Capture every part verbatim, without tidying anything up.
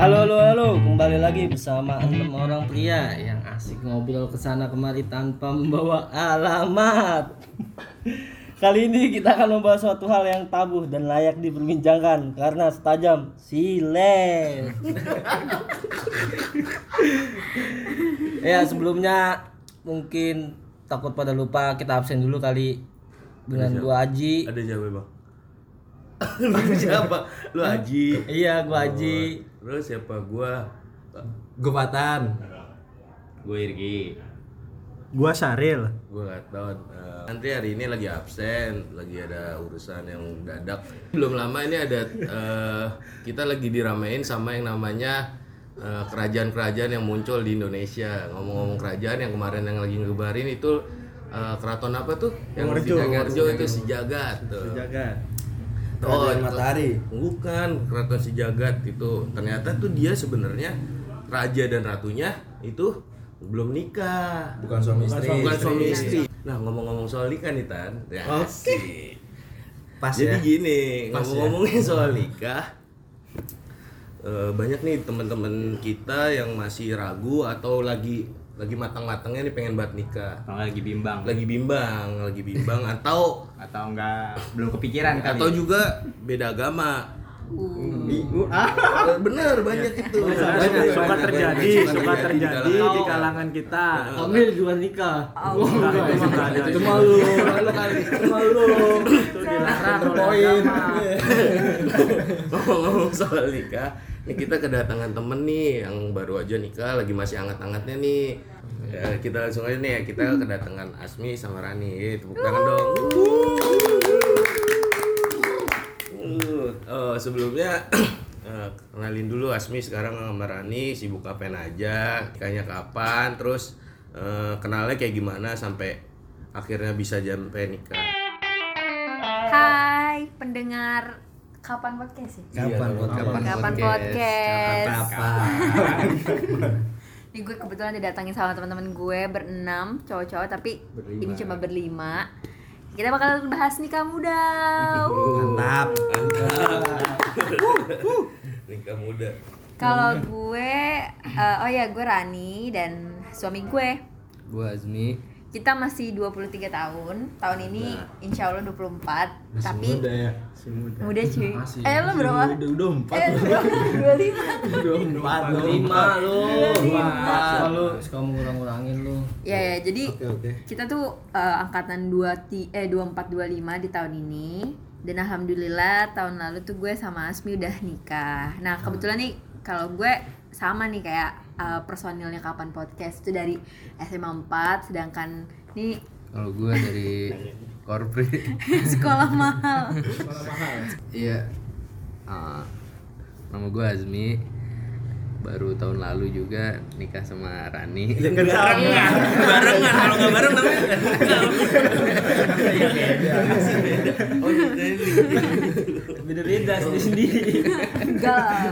Halo halo halo, kembali lagi bersama enam orang pria yang asik ngobrol kesana kemari tanpa membawa alamat. Kali ini kita akan membahas suatu hal yang tabu dan layak diperbincangkan karena setajam silet. Ya sebelumnya mungkin takut pada lupa kita absen dulu kali dengan gua Aji. Ada siapa bang? Lu siapa? Lu Aji. Iya gua Aji. Oh, terus siapa gua? Gue Patan. Gue Irgi. Gua Saril. Gua Gatot. Uh, nanti hari ini lagi absen, lagi ada urusan yang dadak. Belum lama ini ada uh, kita lagi diramein sama yang namanya uh, kerajaan-kerajaan yang muncul di Indonesia. Ngomong-ngomong kerajaan yang kemarin yang lagi ngebarin itu uh, keraton apa tuh? Yang di Jagarjo itu Sejagat tuh. Sejagat. Oh, Kerajaan Matahari. Bukan, Keraton Sejagat itu. Ternyata tuh dia sebenarnya raja dan ratunya itu belum nikah. Bukan suami istri. Bukan suami istri. Nah, ngomong-ngomong soal nikah nih Tan. Ya, Oke. Pas jadi ya. gini, Pas ngomong-ngomongin soal nikah, eh, banyak nih teman-teman kita yang masih ragu atau lagi lagi matang-matangnya nih pengen banget nikah. Atau lagi bimbang. Lagi bimbang, lagi bimbang atau Atau enggak belum kepikiran kali. atau juga beda agama. Uh, ah. Eh, Bener banyak itu. Banyak, suka terjadi, suka terjadi di kalangan. kalangan kita. Ambil juga nikah. Enggak, itu enggak ada. Itu malu, malu kali, itu malu. Itu dilarang oleh agama. Ngomong soal nikah, nih kita kedatangan temen nih yang baru aja nikah, lagi masih hangat-hangatnya nih. Ya, kita langsung aja nih ya, kita kedatangan Asmi sama Rani. Eh, tepuk tangan dong. Uh, oh, sebelumnya eh, kenalin dulu Asmi sekarang sama Rani sibuk ngapain aja, nikahnya kapan, terus eh, kenalnya kayak gimana sampai akhirnya bisa sampai nikah. Hai pendengar Kapan Podcast sih? Kapan Iya, podcast? Kapan Podcast. Kapan? Ini gue kebetulan didatangin sama teman-teman gue berenam cowok-cowok tapi Berlima. ini cuma berlima. Kita bakal bahas nikah muda. Mantap. Nikah muda. Kalau gue, eh, oh ya gue Rani dan suami gue. Gua Azmi. Kita masih dua puluh tiga tahun. Tahun ini insya Allah dua puluh empat. Tapi Muda ya. Si muda. muda cuy. Masih. Eh lo berapa? Udah udah empat. Eh dua puluh lima. Udah empat. lima lu. lima. Lu suka ngurang-ngurangin lu. Ya ya jadi Oke oke. kita tuh uh, angkatan dua ti eh dua empat dua lima di tahun ini dan alhamdulillah tahun lalu tuh gue sama Asmi udah nikah. Nah, kebetulan nih kalau gue sama nih kayak uh, personilnya Kapan Podcast itu dari S M A empat sedangkan nih Kalau gue dari corporate. sekolah mahal. Iya. Ah, nama gue Azmi. Baru tahun lalu juga nikah sama Rani. Barengan, kalau nggak bareng namanya oh gitu ini. Beda-beda sendiri-sendiri. Enggak lah.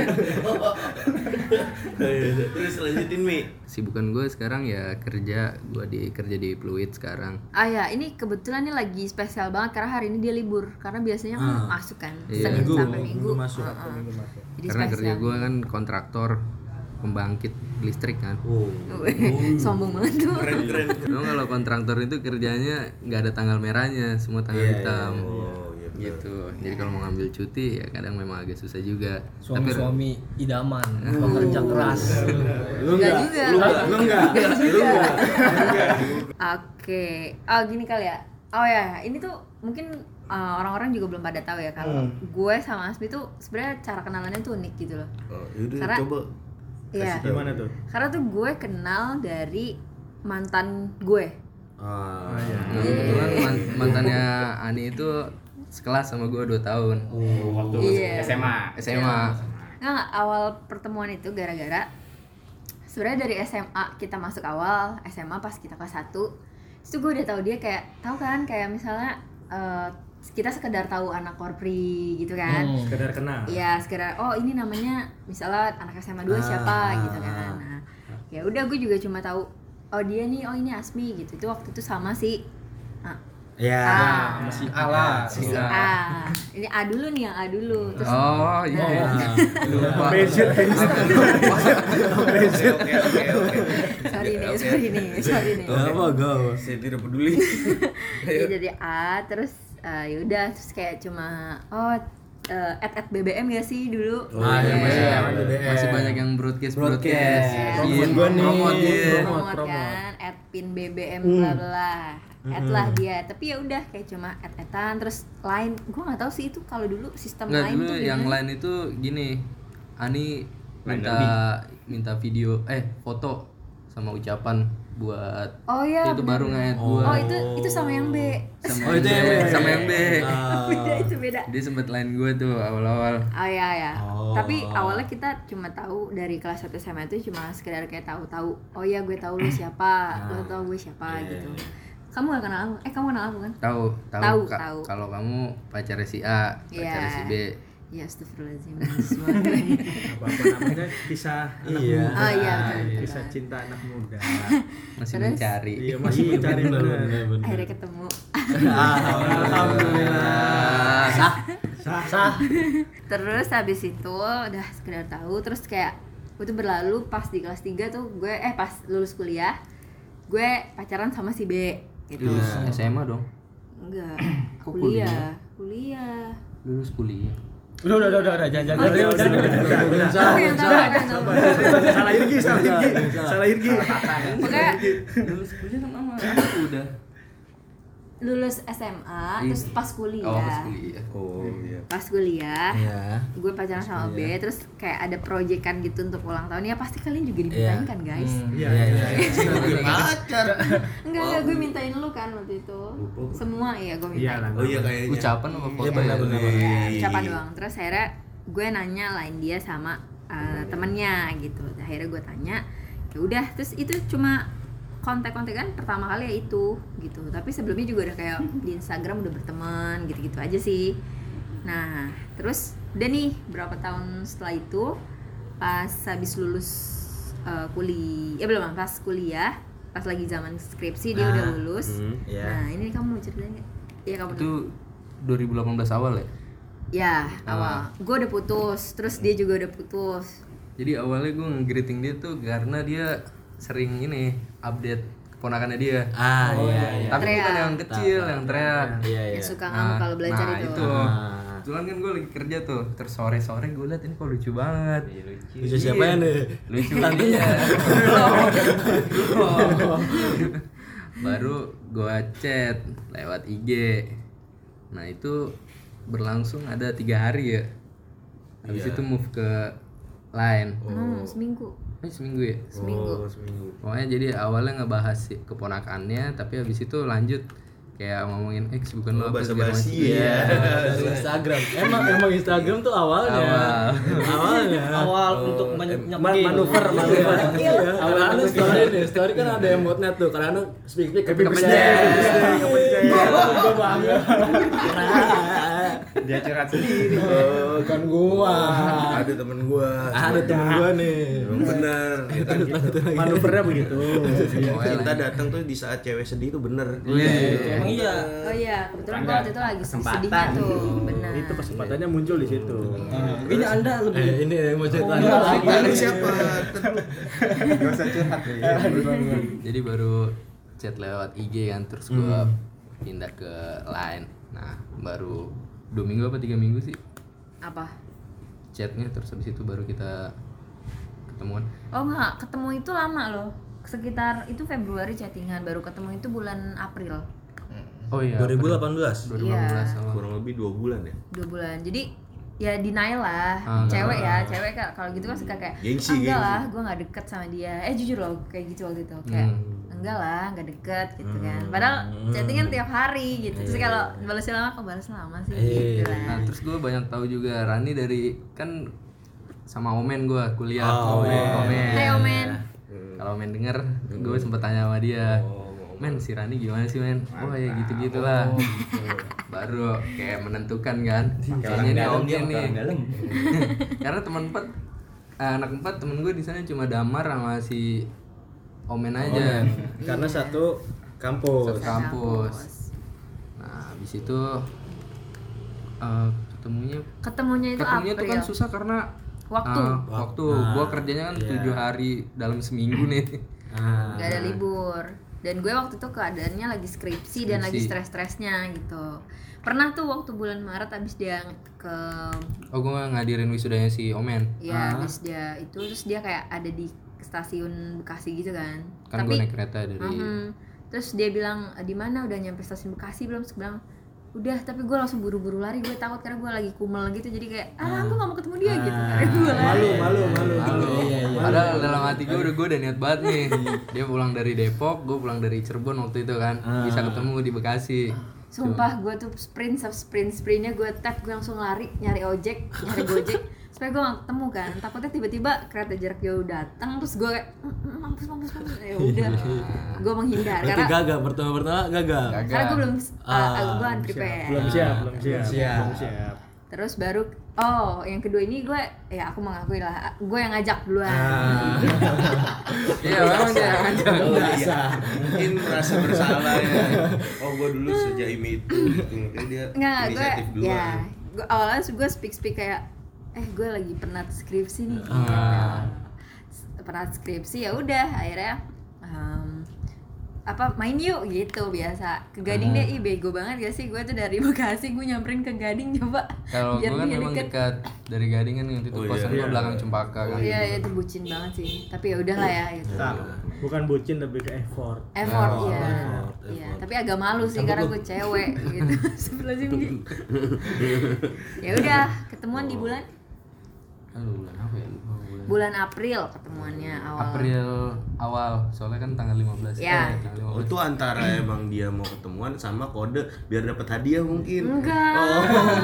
Terus lanjutin Mi. Sibukan gue sekarang ya kerja. Gue di kerja di Pluit sekarang. Ah ya, ini kebetulan nih lagi spesial banget karena hari ini dia libur karena biasanya kan Ah. masuk kan Iya. Senin Minggu, sampai Minggu. minggu masuk. Uh-uh. Minggu masuk. Jadi Karena kerja spesial. gue kan kontraktor pembangkit listrik kan. Oh. Sombong banget tuh. Keren keren. Memang kalau kontraktor itu kerjanya nggak ada tanggal merahnya, semua tanggal Iya, hitam. Oh iya benar. Gitu. Jadi kalau mau ngambil cuti ya kadang memang agak susah juga. Suami-suami idaman, pekerja keras. Lu Enggak enggak? juga. Lu enggak? Lu enggak? Lu enggak? Oke, oh gini kali ya. Oh ya, ini tuh mungkin uh, orang-orang juga belum pada tahu ya kalau gue sama Asmi tuh sebenarnya cara kenalannya tuh unik gitu loh. Oh, yaudah Karena- coba. Iya. Gimana tuh? Karena tuh gue kenal dari mantan gue. Ah. Nah, kebetulan man- mantannya Ani itu sekelas sama gue dua tahun. Waktu Iya. S M A. S M A. Nggak, nggak, awal pertemuan itu gara-gara sebenarnya dari S M A kita masuk awal, S M A pas kita kelas satu. Itu gue udah tahu dia kayak tahu kan kayak misalnya eh, kita sekedar tahu anak korpri gitu kan. Hmm. Sekedar kenal. Iya, sekedar oh ini namanya misalnya anak S M A dua siapa Ah, gitu kan. Nah, ya udah gue juga cuma tahu oh dia nih, oh ini Asmi gitu. Itu waktu itu sama si ah, Ya. Ah. Masih ala. Si A. Ah, ini A dulu nih, yang A dulu. Terus Oh iya. Lupa. Basic. Oke oke oke oke. sorry nih, sorry nih, sorry nih. Apa go? Saya tidak peduli. Iya, jadi A, terus uh, yaudah terus kayak cuma oh uh, at at B B M ya sih dulu. Ah, Iya. iya, masih Iya. zaman B B M. Masih banyak yang broadcast Broadcast. broadcast. Promote gua nih. Promote dia. Promote, kan at pin B B M bla bla at lah dia, tapi ya udah kayak cuma at etan terus lain gue nggak tahu sih itu kalau dulu sistem Nggak, lain dulu tuh yang gimana? lain itu gini. Ani minta minta video eh foto sama ucapan buat Oh iya, itu bener. baru nge-add gua. Oh itu itu sama yang B. Sama Oh, itu yang B. sama yang B. Ah. Beda itu beda. Dia sempet line gue tuh awal-awal. Oh iya ya. Oh. Tapi awalnya kita cuma tahu dari kelas satu S M A itu cuma sekedar kayak tahu-tahu. Oh iya gue tahu lu siapa, lu tahu gue siapa Iya, gitu. iya. Kamu gak kenal aku? Eh kamu kenal aku kan? Tahu, tahu, Tahu, Ka- tahu. kalau kamu pacarnya si A, pacarnya si B. Ya astagfirullahaladzim. Apa-apa namanya kisah anak Iya. muda. Oh iya, betul. Kisah cinta anak muda. Masih Terus? mencari. Iya, masih mencari bener, bener. bener, bener. Akhirnya ketemu. Alhamdulillah. Sah. Sah. Terus habis itu udah sekedar tahu, terus kayak itu berlalu pas di kelas tiga tuh gue eh pas lulus kuliah gue pacaran sama si B gitu. Lulus S M A dong. Enggak, Kok kuliah. Kuliah. Lulus kuliah. Udah udah udah udah udah jangan Oh, jangan. iya, Udah, udah, udah, udah, udah. Aku yang tahu, aku yang tahu. Salah Irgi, salah Irgi. Salah Irgi. Pokoknya Lulus kuliah sama aku udah. lulus S M A Iya. terus pas kuliah. Oh, pas kuliah. Oh iya. Pas kuliah. Iya. Gue pacaran sama B, terus kayak ada proyekan gitu untuk ulang tahun. Ya pasti kalian juga dimintain kan guys. Iya, iya. Pacar. Enggak, enggak, gue mintain lu kan waktu itu. Semua ya gue Iya mintain. lah. Oh iya kayaknya. Ucapan apa foto? Iya, benar-benar. Ya, ucapan doang. Terus akhirnya gue nanya lain dia sama uh, temennya gitu. Akhirnya gue tanya, ya udah. Terus itu cuma kontak-kontakan pertama kali ya itu gitu. Tapi sebelumnya juga udah kayak di Instagram udah berteman gitu-gitu aja sih. Nah, terus udah nih berapa tahun setelah itu pas habis lulus uh, kuliah, ya belum pas kuliah, pas lagi zaman skripsi dia Nah, udah lulus. hmm, iya. Nah, ini kamu mau ceritain nggak? Iya kamu. Itu dua ribu delapan belas awal ya. Ya, Ah. awal. Gue udah putus, terus dia juga udah putus. Jadi awalnya gue nge-greeting dia tuh karena dia sering ini update keponakannya dia. Ah, iya, iya. Tapi Teriak. bukan yang kecil, yang teriak. Iya, iya. Yang suka ngamuk kalau belajar nah, itu. itu. Ah. Kebetulan kan gue lagi kerja tuh, terus sore-sore gue liat ini kok lucu banget. Lucu siapa ya nih? Lucu tantenya. Baru gue chat lewat I G. Nah itu berlangsung ada tiga hari ya. Habis Iya. itu move ke Line. Hmm, seminggu. Eh, seminggu ya. Seminggu. Oh, seminggu. Pokoknya jadi awalnya ngebahas si keponakannya, tapi habis itu lanjut kayak ngomongin eh kesibukan lo Oh, apa segala basa-basi macam. ya. Dari Instagram. Emang emang Instagram tuh awalnya. Awal. Awalnya. Awal untuk menyekil. Ma- manuver, manuver. Awalnya story nih, story kan ada emotnya tuh. Kadang-kadang speak speak kepencet. Gua banget. Dia curhat sendiri. Oh, kan gua. Ada temen gua. Ada temen gua nih. Emang bener. Ya kan gitu. Manuvernya begitu. Cinta datang tuh di saat cewek sedih tuh bener. Iya. Emang iya. Oh iya, kebetulan gue Ada waktu itu lagi kesempatan. sedihnya tuh, benar. Itu kesempatannya muncul di situ. Ini Anda lebih Eh, ini yang mau cerita. Ini siapa? Gak usah curhat nih. Jadi baru chat lewat I G kan, terus gua pindah ke Line. Nah, baru dua minggu apa tiga minggu sih Apa? chatnya, terus habis itu baru kita ketemuan. Oh enggak, ketemu itu lama loh. Sekitar itu Februari chattingan, baru ketemu itu bulan April. Oh iya. dua ribu delapan belas. dua ribu delapan belas Iya. awal. Kurang lebih dua bulan ya. Dua bulan. Jadi ya denial lah. Ah, Cewek enggak. ya, cewek Kak, kalau gitu kan suka kayak Gengsi, "Ah, enggak gengsi." lah, gue nggak deket sama dia. Eh jujur loh, kayak gitu waktu itu. Kayak Hmm. enggak lah, nggak deket gitu kan. Padahal chattingan tiap hari gitu. Terus kalau balasnya lama, kok balas lama sih gitu Nah, lah. terus gue banyak tahu juga Rani dari kan sama Omen gue kuliah. Oh, Omen. Omen. Omen. Hai Omen. Kalau Omen denger, gue sempet tanya sama dia. Men, si Rani gimana sih men? Oh ya gitu-gitulah. Baru kayak menentukan kan. Kayaknya ini oke nih. Karena teman empat, eh, anak empat temen gue di sana cuma Damar sama si Omen aja. Karena satu kampus. Satu kampus. Nah habis itu uh, ketemunya Ketemunya itu ketemunya April. tuh kan susah karena Waktu. uh, waktu Nah, gua kerjanya kan iya. tujuh hari dalam seminggu nih. Ah. Gak ada libur. Dan gue waktu itu keadaannya lagi skripsi, dan lagi Skripsi. stres-stresnya gitu. Pernah tuh waktu bulan Maret abis dia ke Oh gua ngadirin wisudanya si Omen. ya abis dia itu terus dia kayak ada di stasiun Bekasi gitu kan. Kan gua naik kereta dari Mhm. Terus dia bilang, di mana udah nyampe stasiun Bekasi belum? Terus gue bilang udah, tapi gue langsung buru-buru lari, gue takut karena gue lagi kumel gitu, jadi kayak ah gue gak mau ketemu dia gitu karena gue lari. Malu, malu, malu. Malu. Iya, iya. Padahal dalam hati gue udah gue udah niat banget nih. Dia pulang dari Depok, gue pulang dari Cirebon waktu itu kan. Bisa ketemu di Bekasi. Sumpah gue tuh sprint sub sprint sprintnya gue tag, gue langsung lari nyari ojek, nyari gojek supaya gue gak ketemu kan. Takutnya tiba-tiba kereta jarak jauh datang terus gue kayak "Mm, mm, mampus mampus mampus ya udah gue menghindar Berarti karena gagal, pertama-pertama gagal. karena gue belum uh, Ah, gue unprepared. Belum siap, belum siap. siap. Belum siap. Terus baru oh yang kedua ini gue ya aku mengakui lah gue yang ngajak duluan. Ah. Iya memang dia ngajak. Iya. Mungkin merasa bersalah ya. Oh gue dulu sejaim itu. Gitu. Mungkin dia Nggak, gue inisiatif duluan. ya gue awalnya gue speak speak kayak eh gue lagi penat skripsi nih. Ah. Penat skripsi ya udah akhirnya um, apa main yuk gitu biasa ke Gading deh. Ih bego banget gak sih gue tuh dari Bekasi gue nyamperin ke Gading coba. Kalau gue biar kan dia memang deket. dekat dari Gading kan waktu itu Oh, iya. kosan gue Iya. belakang Cempaka kan. Iya ya itu bucin banget sih tapi ya udahlah ya gitu. Nah, bukan bucin tapi ke effort. Effort Oh, ya. effort, Iya, tapi agak malu sih karena gue cewek gitu. Sebelah sini. Ya udah, ketemuan di bulan Lalu bulan apa ya? Lupa bulan. bulan April ketemuannya awal. April awal, soalnya kan tanggal lima belas. Ya. Eh, tanggal lima Oh belas. itu antara emang dia mau ketemuan sama kode biar dapat hadiah mungkin. Enggak. Oh.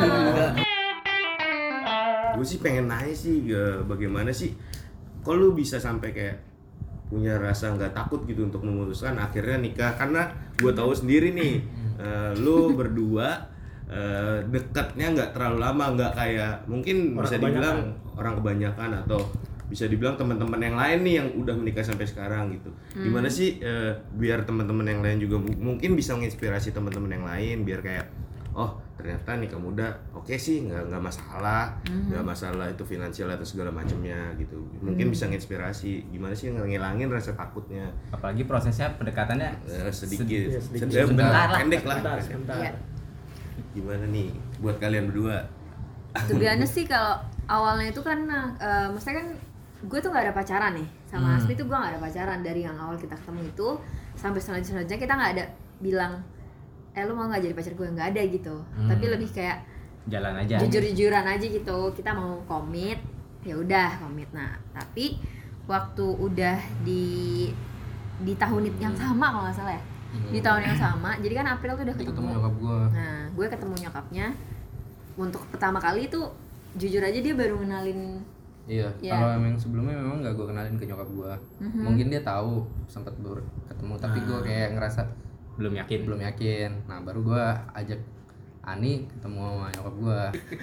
Gue sih pengen nanya sih ya, bagaimana sih kok lu bisa sampai kayak punya rasa nggak takut gitu untuk memutuskan akhirnya nikah, karena gue tahu sendiri nih eh, lu berdua eh, dekatnya nggak terlalu lama, nggak kayak mungkin Orang bisa kebanyakan. dibilang orang kebanyakan atau bisa dibilang teman-teman yang lain nih yang udah menikah sampai sekarang gitu. Gimana sih eh, biar teman-teman yang lain juga mu- mungkin bisa menginspirasi teman-teman yang lain biar kayak oh ternyata nikah muda oke sih, nggak nggak masalah, nggak masalah itu finansial atau segala macamnya gitu. Mungkin bisa menginspirasi gimana sih ngilangin rasa takutnya. Apalagi prosesnya pendekatannya Eh, sedikit, Sedikit, sedikit. Sedikit, Sebentar lah. pendek lah. Sebentar, sebentar. Iya. Gimana nih buat kalian berdua? To be honest sih kalau awalnya itu kan eh, maksudnya kan gue tuh nggak ada pacaran nih sama Asmi tuh gue nggak ada pacaran dari yang awal kita ketemu itu sampai selanjutnya kita nggak ada bilang eh lu mau nggak jadi pacar gue, nggak ada gitu. Tapi lebih kayak jalan aja. jujur-jujuran aja gitu, kita mau komit ya udah komit. Nah tapi waktu udah di di tahun yang sama kalau nggak salah ya, di tahun yang sama jadi kan April tuh udah Dia ketemu. ketemu nyokap gue. Nah gue ketemu nyokapnya untuk pertama kali tuh jujur aja dia baru ngenalin. Iya, Iya. kalau yang sebelumnya memang nggak gue kenalin ke nyokap gue. Mungkin dia tahu sempat baru ketemu, tapi gue kayak ngerasa Belum yakin. belum yakin. Nah baru gue ajak Ani ketemu sama nyokap gue.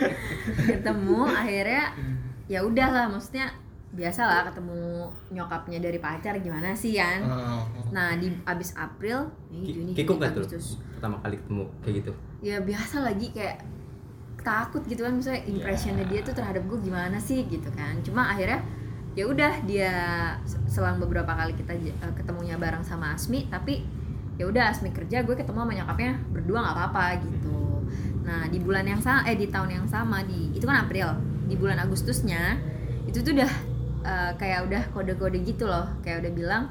Ketemu akhirnya ya udahlah, maksudnya biasalah ketemu nyokapnya dari pacar gimana sih kan. Nah di abis April ini Juni Kikuk Juli gak tuh Agustus pertama kali ketemu kayak gitu? ya biasa lagi kayak takut gitu kan, misalnya impressionnya dia tuh terhadap gue gimana sih gitu kan. Cuma akhirnya ya udah dia selang beberapa kali kita j- eh, ketemunya bareng sama Asmi, tapi ya udah Asmi kerja gue ketemu sama nyokapnya berdua nggak apa-apa gitu. Nah di bulan yang sama eh di tahun yang sama di itu kan April, di bulan Agustusnya itu tuh udah eh, kayak udah kode-kode gitu loh, kayak udah bilang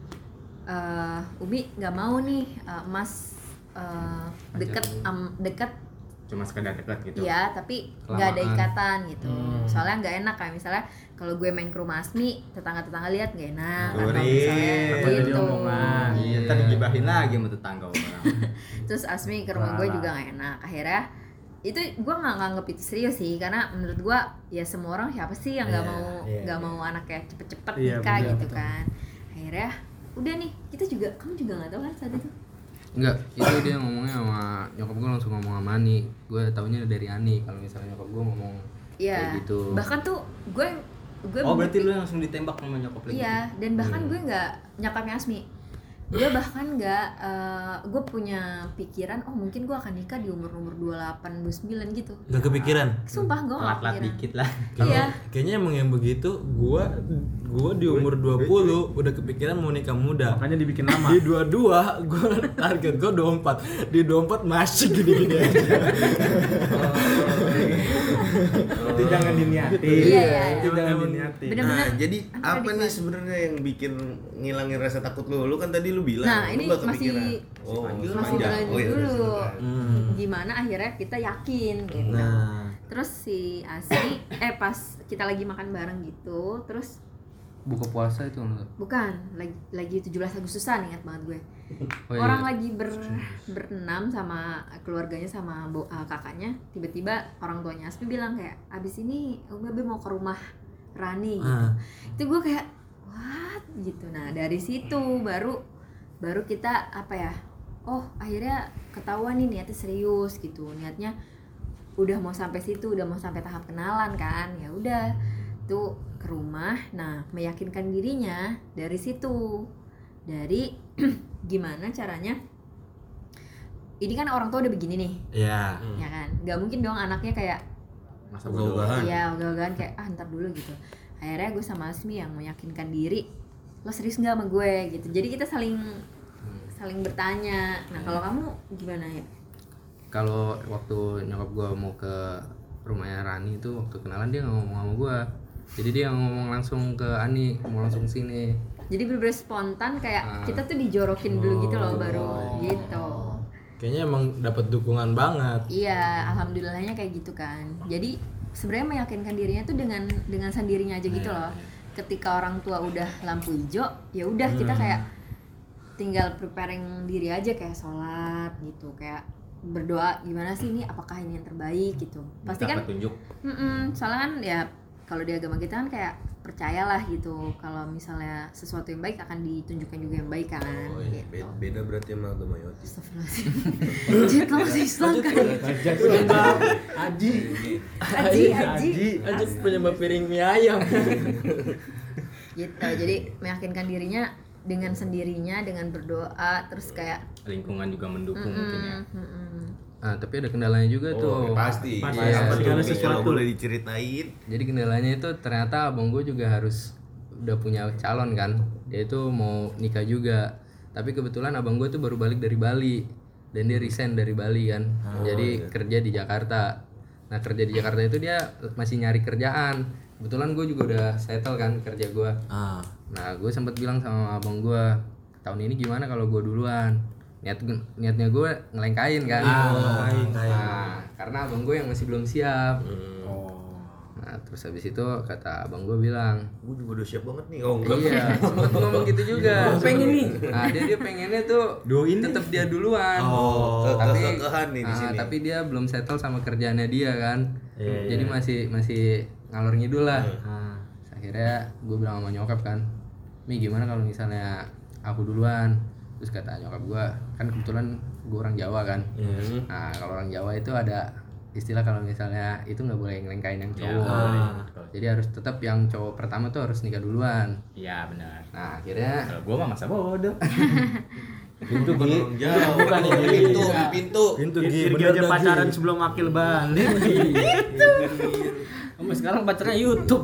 eh, Umi nggak mau nih eh, Mas eh, deket am, deket Cuma sekedar dekat gitu. Iya, tapi nggak ada Kelamaan. ikatan gitu. Soalnya nggak enak kayak misalnya kalau gue main ke rumah Asmi, tetangga-tetangga lihat nggak enak. Atau misalnya Takut jadi gitu. omongan. Iya, ntar digibahin lagi sama tetangga orang. Terus Asmi ke rumah gue juga nggak enak. Akhirnya itu gue nggak nganggep itu serius sih, karena menurut gue ya semua orang siapa sih yang nggak Iya, mau iya, nggak iya. mau anaknya cepet-cepet Iya, nikah bener, gitu betul. kan. Akhirnya udah nih, kita juga kamu juga nggak tahu kan saat itu. Enggak, itu dia ngomongnya sama nyokap gue, langsung ngomong sama Ani. Gue taunya dari Ani kalau misalnya nyokap gue ngomong Iya. kayak gitu. Bahkan tuh gue gue Oh, berarti lu langsung ditembak sama nyokap lagi? Iya, dan bahkan gue nggak nyokapnya Asmi. gue bahkan nggak uh, gue punya pikiran oh mungkin gue akan nikah di umur umur dua puluh delapan dua puluh sembilan gitu. Gak kepikiran. Sumpah gue nggak Telat-telat kepikiran. dikit lah. Iya. Kayaknya emang yang begitu, gua gua di umur dua puluh udah kepikiran mau nikah muda. Makanya dibikin nama. Di dua puluh dua gua target gua dua puluh empat. Di dua puluh empat masih gini-gini aja. Itu jangan diniatin. Iya, iya. Itu jangan diniatin. Bener-bener. Nah, jadi Apa apa tadi, nih Pak? sebenarnya yang bikin ngilangin rasa takut lu? Lu kan tadi lu bilang Nah, lu ini nggak masih kepikiran. Oh, masih panjang. berlanjut Oh, iya, dulu. terus. Gimana akhirnya kita yakin gitu. Nah, Terus si Asri eh pas kita lagi makan bareng gitu, terus Buka puasa itu enggak? bukan lagi lagi tujuh belas Agustusan ingat banget gue. Oh, iya. Orang lagi ber berenam sama keluarganya sama bo, uh, kakaknya, tiba-tiba orang tuanya Asmi bilang kayak abis ini Umi Abi mau ke rumah Rani gitu. Ah. Itu gue kayak what gitu. Nah dari situ baru baru kita apa ya? Oh akhirnya ketahuan nih niatnya serius gitu. Niatnya udah mau sampai situ, udah mau sampai tahap kenalan kan. Ya udah tuh ke rumah. Nah meyakinkan dirinya dari situ. Dari gimana caranya ini kan orang tua udah begini nih ya. ya kan nggak mungkin dong anaknya kayak Masa bodoh. iya ogah-ogahan kayak ah ntar dulu gitu. Akhirnya gue sama Asmi yang meyakinkan diri lo serius nggak sama gue gitu. Jadi kita saling saling bertanya. Nah kalau kamu gimana ya? Kalau waktu nyokap gue mau ke rumahnya Rani itu waktu kenalan dia nggak ngomong sama gue, jadi dia ngomong langsung ke Ani mau langsung sini. Jadi bener-bener spontan kayak Ah. kita tuh dijorokin dulu gitu loh baru gitu. Kayaknya emang dapat dukungan banget. Iya, alhamdulillahnya kayak gitu kan. Jadi sebenarnya meyakinkan dirinya tuh dengan dengan sendirinya aja gitu loh. Ketika orang tua udah lampu hijau, ya udah kita kayak tinggal preparing diri aja kayak sholat gitu, kayak berdoa gimana sih ini apakah ini yang terbaik gitu. Pasti Minta kan petunjuk. mm-mm, soalnya kan ya kalau di agama kita kan kayak percayalah gitu kalau misalnya sesuatu yang baik akan ditunjukkan juga yang baik kan Oh, iya. gitu. Be- Beda berarti sama agama Yoti. Astagfirullahaladzim. Jit lo masih Islam kan? Aji. Aji, aji. Aja penyebab piring mie ayam. Gitu. Jadi meyakinkan dirinya dengan sendirinya dengan berdoa terus kayak Lingkungan juga mendukung mungkin ya. mm, mm, mm. Ah tapi ada kendalanya juga Oh, tuh. pasti. Pasti. Iya, Apa segala segala sesuatu. sesuatu. Kalau boleh diceritain. Jadi kendalanya itu ternyata abang gue juga harus udah punya calon kan. Dia itu mau nikah juga. Tapi kebetulan abang gue tuh baru balik dari Bali dan dia resign dari Bali kan. Jadi kerja di Jakarta. Nah kerja di Jakarta itu dia masih nyari kerjaan. Kebetulan gue juga udah settle kan kerja gue. Ah. Nah gue sempat bilang sama abang gue tahun ini gimana kalau gue duluan. Niat niatnya gue ngelengkain kan. Nah karena abang gue yang masih belum siap. Nah terus habis itu kata abang gue bilang, Gue juga udah siap banget nih. Oh, enggak. iya sempet ngomong gitu juga. Pengen nih. Nah dia dia pengennya tuh Doain tetap dia duluan. Oh, ke- tapi kekehan nih di ah, sini. tapi dia belum settle sama kerjaannya dia kan. Iya, Jadi masih masih ngalor ngidul lah. Ah. Terus akhirnya gue bilang sama nyokap kan, Mi gimana kalau misalnya aku duluan? Terus kata nyokap gue, kan kebetulan gue orang Jawa kan. Iya. Nah kalau orang Jawa itu ada istilah kalau misalnya itu nggak boleh ngelengkain yang cowok. Ah. Jadi harus tetap yang cowok pertama tuh harus nikah duluan. Iya benar. Nah akhirnya Kalau gua mah masa bodoh. Pintu Bukan Gi. orang Jawa. Bukan Di ini. pintu, di pintu. Pintu Gi. Irgi Bener aja dah, Gi. pacaran sebelum akil balik. Kamu sekarang pacarnya YouTube.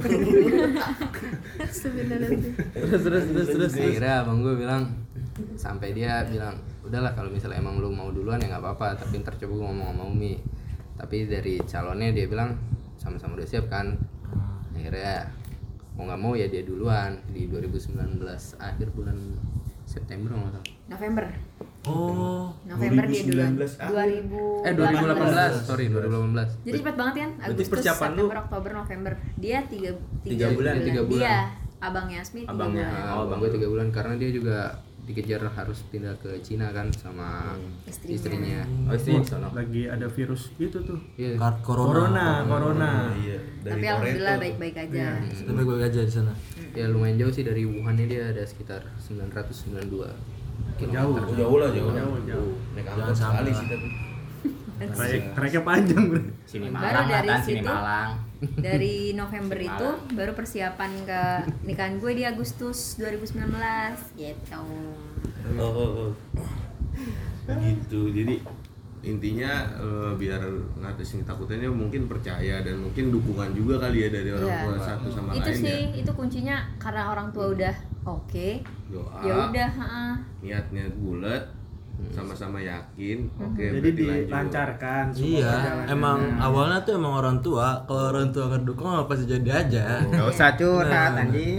Terus terus terus terus. akhirnya abang gue bilang sampai dia bilang udahlah kalau misalnya emang lu mau duluan ya nggak apa-apa tapi ntar coba gue ngomong sama Umi. Tapi dari calonnya dia bilang sama-sama udah siap kan. Akhirnya mau nggak mau ya dia duluan di dua ribu sembilan belas akhir bulan September nggak salah. November Oh. November dia duluan dua ribu sembilan belas dua ribu Eh dua ribu delapan belas sorry dua ribu delapan belas. Jadi cepat banget kan Berarti Agustus persiapan lu- September Oktober November dia tiga Tiga bulan, tiga bulan. dia abangnya Asmi tiga Abangnya. bulan Nah, abang gue tiga bulan karena dia juga dikejar harus pindah ke Cina kan sama Istrinya. istrinya. Oh istri sono. Lagi ada virus gitu tuh. Iya. Kar- Corona, corona. Iya, tapi alhamdulillah baik-baik aja Tapi gue aja di sana. Ya lumayan jauh sih dari Wuhannya dia ada sekitar sembilan ratus sembilan puluh dua kilometer. Jauh. Jauh lah, jauh. Jauh, jauh. Naik Jangan angkot sekali sampai sih tapi. Trayek trayeknya panjang bro. Sini Baru Malang lah dari kan, sini situ. Malang. Dari November itu baru persiapan ke nikahan gue di Agustus dua ribu sembilan belas gitu. Oh, oh, oh. Gitu. Jadi intinya eh, biar ngatasin ketakutannya mungkin percaya dan mungkin dukungan juga kali ya dari orang Iya. tua satu sama Itu lain sih, ya. itu kuncinya karena orang tua udah oke. Doa. Ya udah, heeh. Niatnya bulat, sama-sama yakin. Oke, Jadi berarti lanjut. dilancarkan semua Iya, perjalanannya. emang awalnya tuh emang orang tua. Kalau orang tua ngedukung apa pasti jadi aja. Gak usah curhat anjing.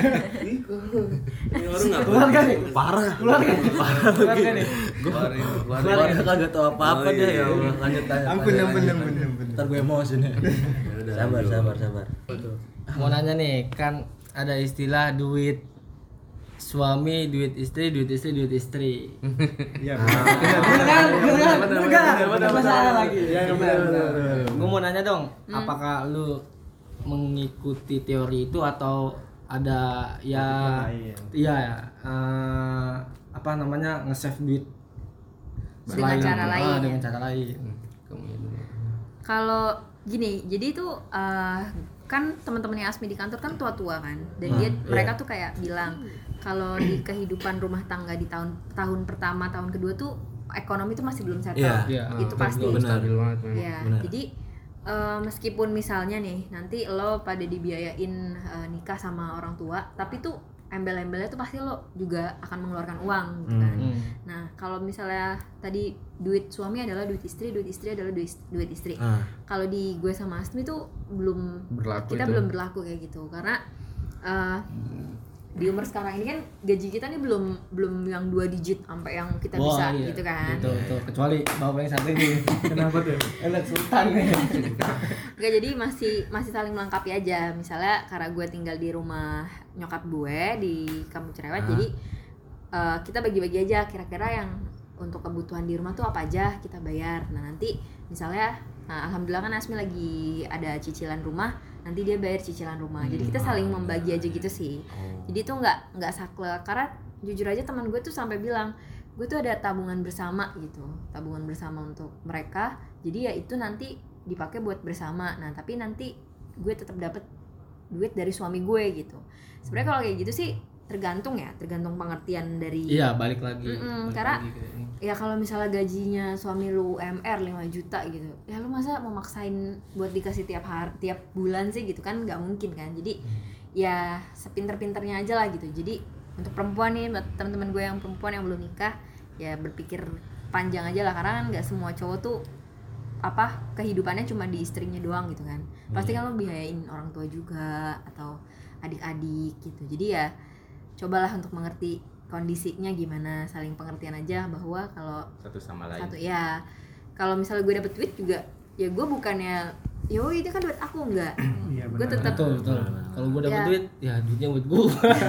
Ini orang nggak Keluar kan nih? Parah. Keluar kan? Keluar kan nih? Keluarin, keluarin. Keluarga kagak tahu apa-apa Oh, iya, dia iya, ya Allah. iya. Lanjut aja. Ampun, lanjut, ampun, lanjut, ampun, lanjut. ampun. Ntar gue emosi nih. Udah, Sabar, lanjut. sabar, sabar. Mau nanya nih, kan ada istilah duit suami, duit istri, duit istri, duit istri. Iya. Bener kan? Bener kan? Bener kan? bener, Masalah bener. lagi. Iya, bener, bener, bener. Gue mau nanya dong, apakah lu mengikuti teori itu atau ada ya Lain. iya eh, apa namanya nge-save duit Dengan cara ah, lain. dengan cara lain. Kamu ya dulu. Kalau gini, jadi itu eh, kan teman-temannya Asmi di kantor kan tua-tua kan, dan dia mereka tuh kayak bilang kalau di kehidupan rumah tangga di tahun tahun pertama, tahun kedua tuh ekonomi tuh masih belum settle. Iya. Iya. Itu Ah, pasti. belum stabil banget, men. Ya, Benar. jadi eh, meskipun misalnya nih nanti lo pada dibiayain eh, nikah sama orang tua, tapi tuh embel-embelnya tuh pasti lo juga akan mengeluarkan uang gitu kan. Hmm. Nah, kalau misalnya tadi duit suami adalah duit istri, duit istri adalah duit, duit istri. Ah. Kalau di gue sama Asmi tuh belum Berlaku kita itu. belum berlaku kayak gitu karena eh, di umur sekarang ini kan gaji kita nih belum belum yang dua digit sampai yang kita Wah, bisa iya. gitu kan. Itu, itu. Kecuali bapak yang satu ini. Kenapa tuh? Enak sultan nih. Enggak, jadi masih masih saling melengkapi aja. Misalnya karena gue tinggal di rumah nyokap gue di Kampung Cerewet, jadi eh, kita bagi-bagi aja kira-kira yang untuk kebutuhan di rumah tuh apa aja kita bayar. Nah nanti misalnya, nah alhamdulillah kan Asmi lagi ada cicilan rumah, nanti dia bayar cicilan rumah. Jadi kita saling membagi aja gitu sih. Jadi tuh nggak nggak saklek, karena jujur aja teman gue tuh sampai bilang gue tuh ada tabungan bersama gitu, tabungan bersama untuk mereka. Jadi ya itu nanti dipakai buat bersama. Nah tapi nanti gue tetap dapat duit dari suami gue gitu. Sebenarnya kalau kayak gitu sih tergantung ya, tergantung pengertian dari. Iya, balik lagi. Mm-mm, Balik karena lagi ke ini. ya kalau misalnya gajinya suami lu U M R lima juta gitu, ya lu masa mau maksain buat dikasih tiap hari, tiap bulan sih gitu kan, nggak mungkin kan. Jadi ya sepinter-pinternya aja lah gitu. Jadi untuk perempuan nih, buat teman-teman gue yang perempuan yang belum nikah, ya berpikir panjang aja lah, karena kan nggak semua cowok tuh apa kehidupannya cuma di istrinya doang gitu kan. Pasti kan lo biayain orang tua juga atau adik-adik gitu. Jadi ya cobalah untuk mengerti kondisinya gimana, saling pengertian aja bahwa kalau Satu sama lain. satu ya kalau misalnya gue dapet duit juga ya gue bukannya yo itu kan duit aku, enggak. Iya, Gue benar. tetap Betul, betul. Kalau gue dapat Ya. duit, ya duitnya buat gue.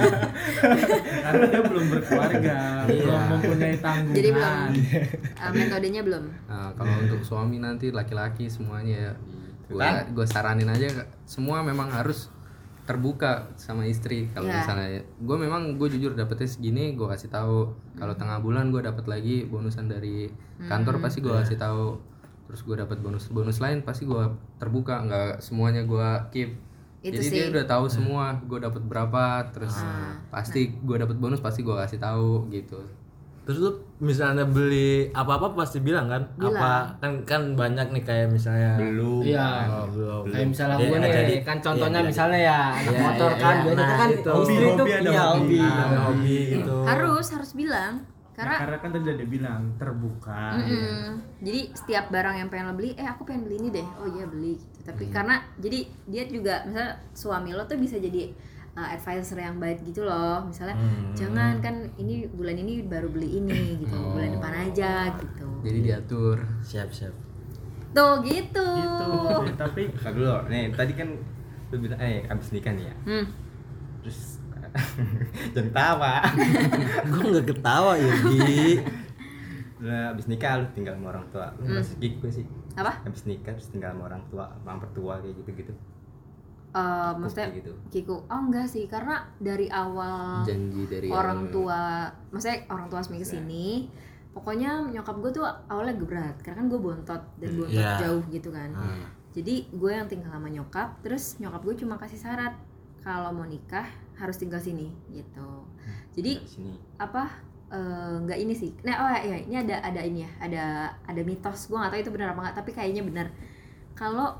Karena dia belum berkeluarga, belum mempunyai tanggungan. jadi belum uh, metodenya belum. Nah, kalau untuk suami nanti laki-laki semuanya ya gue gue saranin aja semua memang harus terbuka sama istri. Kalau Ya. misalnya gue memang gue jujur dapetnya segini, gue kasih tahu. Kalau tengah bulan gue dapat lagi bonusan dari kantor, pasti gue kasih tahu. Terus gue dapat bonus-bonus lain pasti gue terbuka, nggak semuanya gue keep. Itu Jadi sih. dia udah tahu semua gue dapat berapa, terus pasti gue dapat bonus pasti gue kasih tahu gitu. Terus lu misalnya beli apa-apa pasti bilang kan? Bilang. Apa kan kan banyak nih kayak misalnya Belum. Iya. Oh, belum. Kayak misalnya Iya, gue nih, jadi- kan contohnya iya, misalnya ya anak Iya, motor iya, kan, iya. biasanya Nah, kan itu. istri tuh Hobi, ada iya hobi. hobi. Ah, ada hobi gitu. Harus harus bilang karena Karena kan tadi udah bilang terbuka. mm-mm. Jadi setiap barang yang pengen lo beli, eh aku pengen beli ini deh, oh iya beli gitu. Tapi karena jadi dia juga misalnya suami lo tuh bisa jadi uh, advisor yang baik gitu loh. Misalnya jangan kan ini bulan ini baru beli ini gitu, bulan depan aja gitu. Jadi diatur. Siap, siap. Tuh gitu. Gitu. Tapi Kak dulu, nih tadi kan lu bilang eh abis nikah nih ya. Hmm. Terus jangan tawa. Gue nggak ketawa ya, Gi. Udah abis nikah lu tinggal sama orang tua. Lu masih gig gue sih. Apa? Abis nikah terus tinggal sama orang tua, sama mertua kayak gitu-gitu. Uh, maksudnya Kayak gitu. Kiku, oh enggak sih, karena dari awal Janji dari orang awal. tua, maksudnya orang tua Asmi kesini, pokoknya nyokap gue tuh awalnya berat karena kan gue bontot dan bontot Yeah. jauh gitu kan. Hmm. Jadi gue yang tinggal sama nyokap, terus nyokap gue cuma kasih syarat kalau mau nikah harus tinggal sini gitu. Jadi Sini. apa eh, nggak ini sih? Nah oh ya ini ada ada ini ya, ada ada mitos. Gue nggak tahu itu benar apa nggak, tapi kayaknya benar. Kalau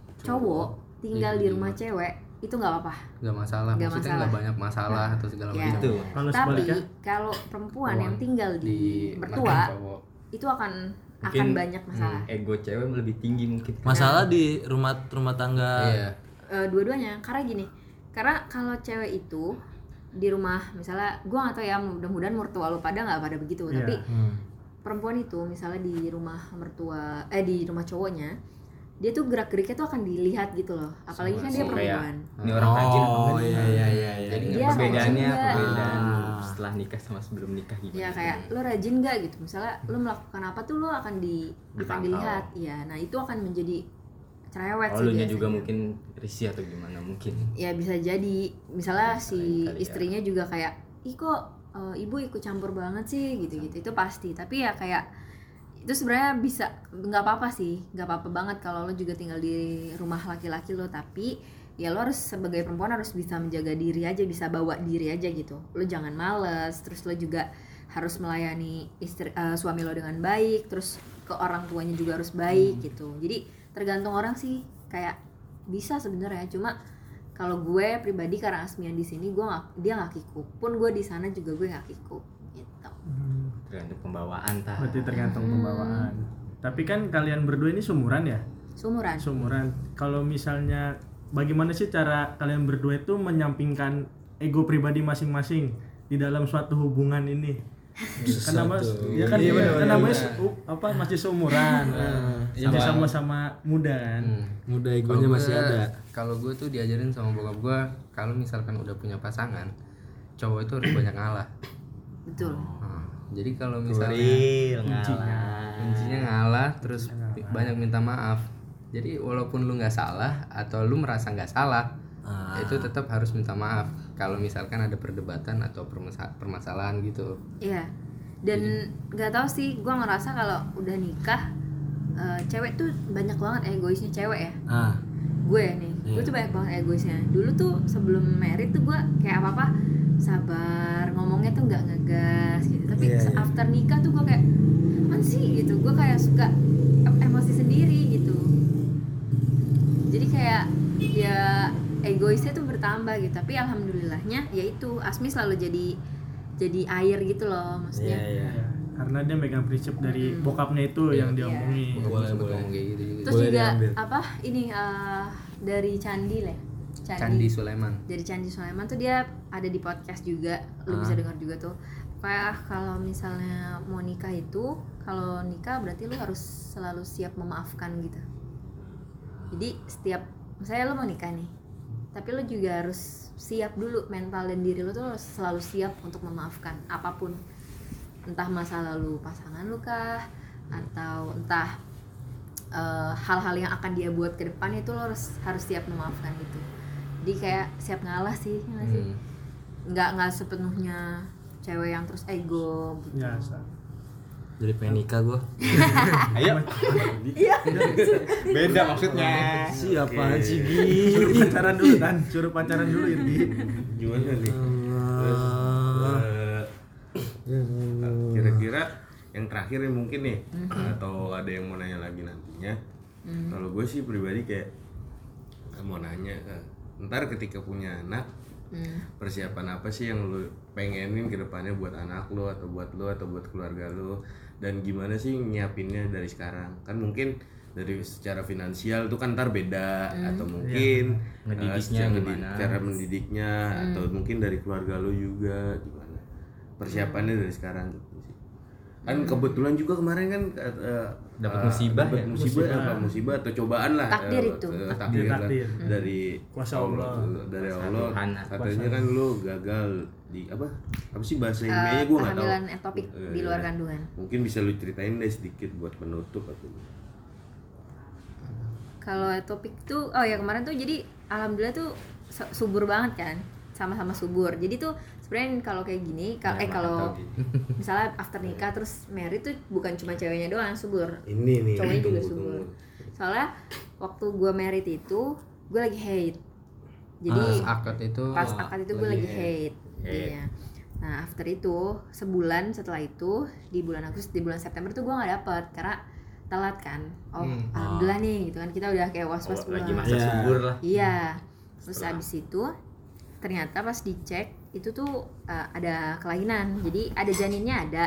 cowok tinggal di rumah cewek itu nggak apa-apa. Nggak masalah, Nggak maksudnya masalah. nggak banyak masalah atau segala Ya. macam. Itu. Kalau Tapi sebaliknya kalau perempuan Perempuan yang tinggal di, Di mertua cowok. itu akan akan Mungkin, banyak masalah. Ego cewek lebih tinggi mungkin. Masalah di rumah rumah tangga. Iya. Eh, dua-duanya karena gini, karena kalau cewek itu di rumah misalnya gue nggak tahu ya, mudah-mudahan mertua lo pada nggak pada begitu, Iya. tapi Hmm. perempuan itu misalnya di rumah mertua eh di rumah cowoknya dia tuh gerak-geriknya tuh akan dilihat gitu loh, apalagi kan dia Kayak, perempuan. ini orang rajin apa Oh enggak? iya iya iya. iya. Jadi Dia Perbedaannya, rajin nggak? perbedaan Ah. setelah nikah sama sebelum nikah gimana? Ya kayak lo rajin nggak gitu, misalnya lo melakukan apa tuh lo akan di akan Dipantau. dilihat, iya. Nah itu akan menjadi cerewet Oh, sih lu nya biasanya. juga mungkin risih atau gimana mungkin. Ya bisa jadi, misalnya si kali ya. istrinya juga kayak, ih kok eh, ibu ikut campur banget sih gitu-gitu, itu pasti. Tapi ya kayak itu sebenarnya bisa nggak apa-apa sih, nggak apa-apa banget kalau lo juga tinggal di rumah laki-laki lo, tapi ya lo harus sebagai perempuan harus bisa menjaga diri aja, bisa bawa diri aja gitu. Lo jangan males, terus lo juga harus melayani istri eh, suami lo dengan baik, terus ke orang tuanya juga harus baik gitu. Jadi tergantung orang sih, kayak bisa sebenarnya, cuma kalau gue pribadi karena Asmian di sini gue nggak, dia nggak kikuk, pun gue di sana juga gue nggak kikuk gitu. Tergantung pembawaan tah. berarti tergantung Hmm. pembawaan. Tapi kan kalian berdua ini sumuran ya? Sumuran. Sumuran. Kalau misalnya bagaimana sih cara kalian berdua itu menyampingkan ego pribadi masing-masing di dalam suatu hubungan ini? Karena mas, ya kan, Iya, iya, bener, kan bener, namanya bener. su- uh, apa masih seumuran, Sama- sama-sama muda kan. Hmm. Muda Kalau egonya masih gua- ada. Kalau gue tuh diajarin sama bokap gue, kalau misalkan udah punya pasangan, cowok itu harus banyak ngalah. Betul. Nah, jadi kalau misalnya Real ngalah. kuncinya ngalah, terus banyak minta maaf. Jadi walaupun lu nggak salah atau lu merasa nggak salah, Ah. itu tetap harus minta maaf. Kalau misalkan ada perdebatan atau permasa- permasalahan gitu. Iya. Dan nggak tahu sih, gue ngerasa kalau udah nikah, eh, cewek tuh banyak banget egoisnya cewek ya. Ah. Gue nih, gue Iya. tuh banyak banget egoisnya. Dulu tuh sebelum married tuh gue kayak apa apa sabar, ngomongnya tuh nggak ngegas gitu. Tapi Iya, iya. after nikah tuh gue kayak, apaan sih gitu. Gue kayak suka em- emosi sendiri gitu. Jadi kayak ya egoisnya tuh bertambah gitu. Tapi alhamdulillahnya ya itu Asmi selalu jadi jadi air gitu loh, maksudnya. Iya iya. Ya, karena dia megang prinsip dari bokapnya itu yang dia Iya. omongin. Bokap Boleh, gue sempet boleh. ngomong kayak gitu juga. Terus Boleh juga diambil. apa ini eh, dari Candi lah. Candi Sulaiman. Dari Candi Sulaiman tuh dia ada di podcast juga, lu Ah. bisa dengar juga tuh. Kayak kalau misalnya mau nikah itu, kalau nikah berarti lu harus selalu siap memaafkan gitu. Jadi setiap misalnya lu mau nikah nih, tapi lu juga harus siap dulu, mental dan diri lu tuh harus selalu siap untuk memaafkan apapun, entah masa lalu pasangan lu kah, atau entah eh, hal-hal yang akan dia buat ke depan, itu lo harus harus siap memaafkan gitu. Jadi kayak siap ngalah sih, ya nggak sih? Hmm. nggak nggak sepenuhnya cewek yang terus ego gitu. Ya, sa- Jadi pengen nikah gua. Ayo. Iya. Beda maksudnya. Siapa sih suruh Gi? pacaran dulu kan, suruh pacaran dulu Irgi. Gimana nih? Allah. Eh, kira-kira yang terakhir nih mungkin nih, atau ada yang mau nanya lagi nantinya. Kalau gue sih pribadi kayak mau nanya, eh, ntar ketika punya anak, Hmm. persiapan apa sih yang lu pengenin ke depannya buat anak lu atau buat lu atau buat keluarga lu, dan gimana sih nyiapinnya dari sekarang? Kan mungkin dari secara finansial tuh kan ntar beda, atau mungkin eh, Ngedidiknya secara ngedi- gimana? cara mendidiknya, atau mungkin dari keluarga lu juga gimana persiapannya dari sekarang gitu sih. Kan kebetulan juga kemarin kan eh, Dapat eh, musibah dapat ya? musibah, apa musibah atau cobaan lah, Takdir eh, itu. eh, takdir, lah. Takdir. Dari Kuasa Allah. dari Kuasa Allah. Tuhan. Katanya kan lu gagal di apa apa sih bahasa Eh, ilmiahnya gue nggak tahu. kehamilan ektopik Eh, di luar kandungan. Mungkin bisa lu ceritain deh sedikit buat penutup atau Kalau topik tuh, oh ya kemarin tuh jadi alhamdulillah tuh su- subur banget kan, sama-sama subur. Jadi tuh sebenarnya kalau kayak gini kal- Ya, eh kalau mantap, misalnya after nikah terus married tuh bukan cuma ceweknya doang yang subur, Ini nih. cowoknya juga tunggu, subur. tunggu. Soalnya waktu gue married itu gue lagi hate, jadi Pas akad itu pas akad itu gue lagi lagi hate, Iya. Nah after itu sebulan setelah itu di bulan Agustus, di bulan September tuh gue nggak dapet karena telat kan. Oh alhamdulillah nih gitu kan, kita udah kayak was was lagi pulang. masa subur lah. Iya. Terus abis itu ternyata pas dicek itu tuh uh, ada kelainan, jadi ada janinnya ada,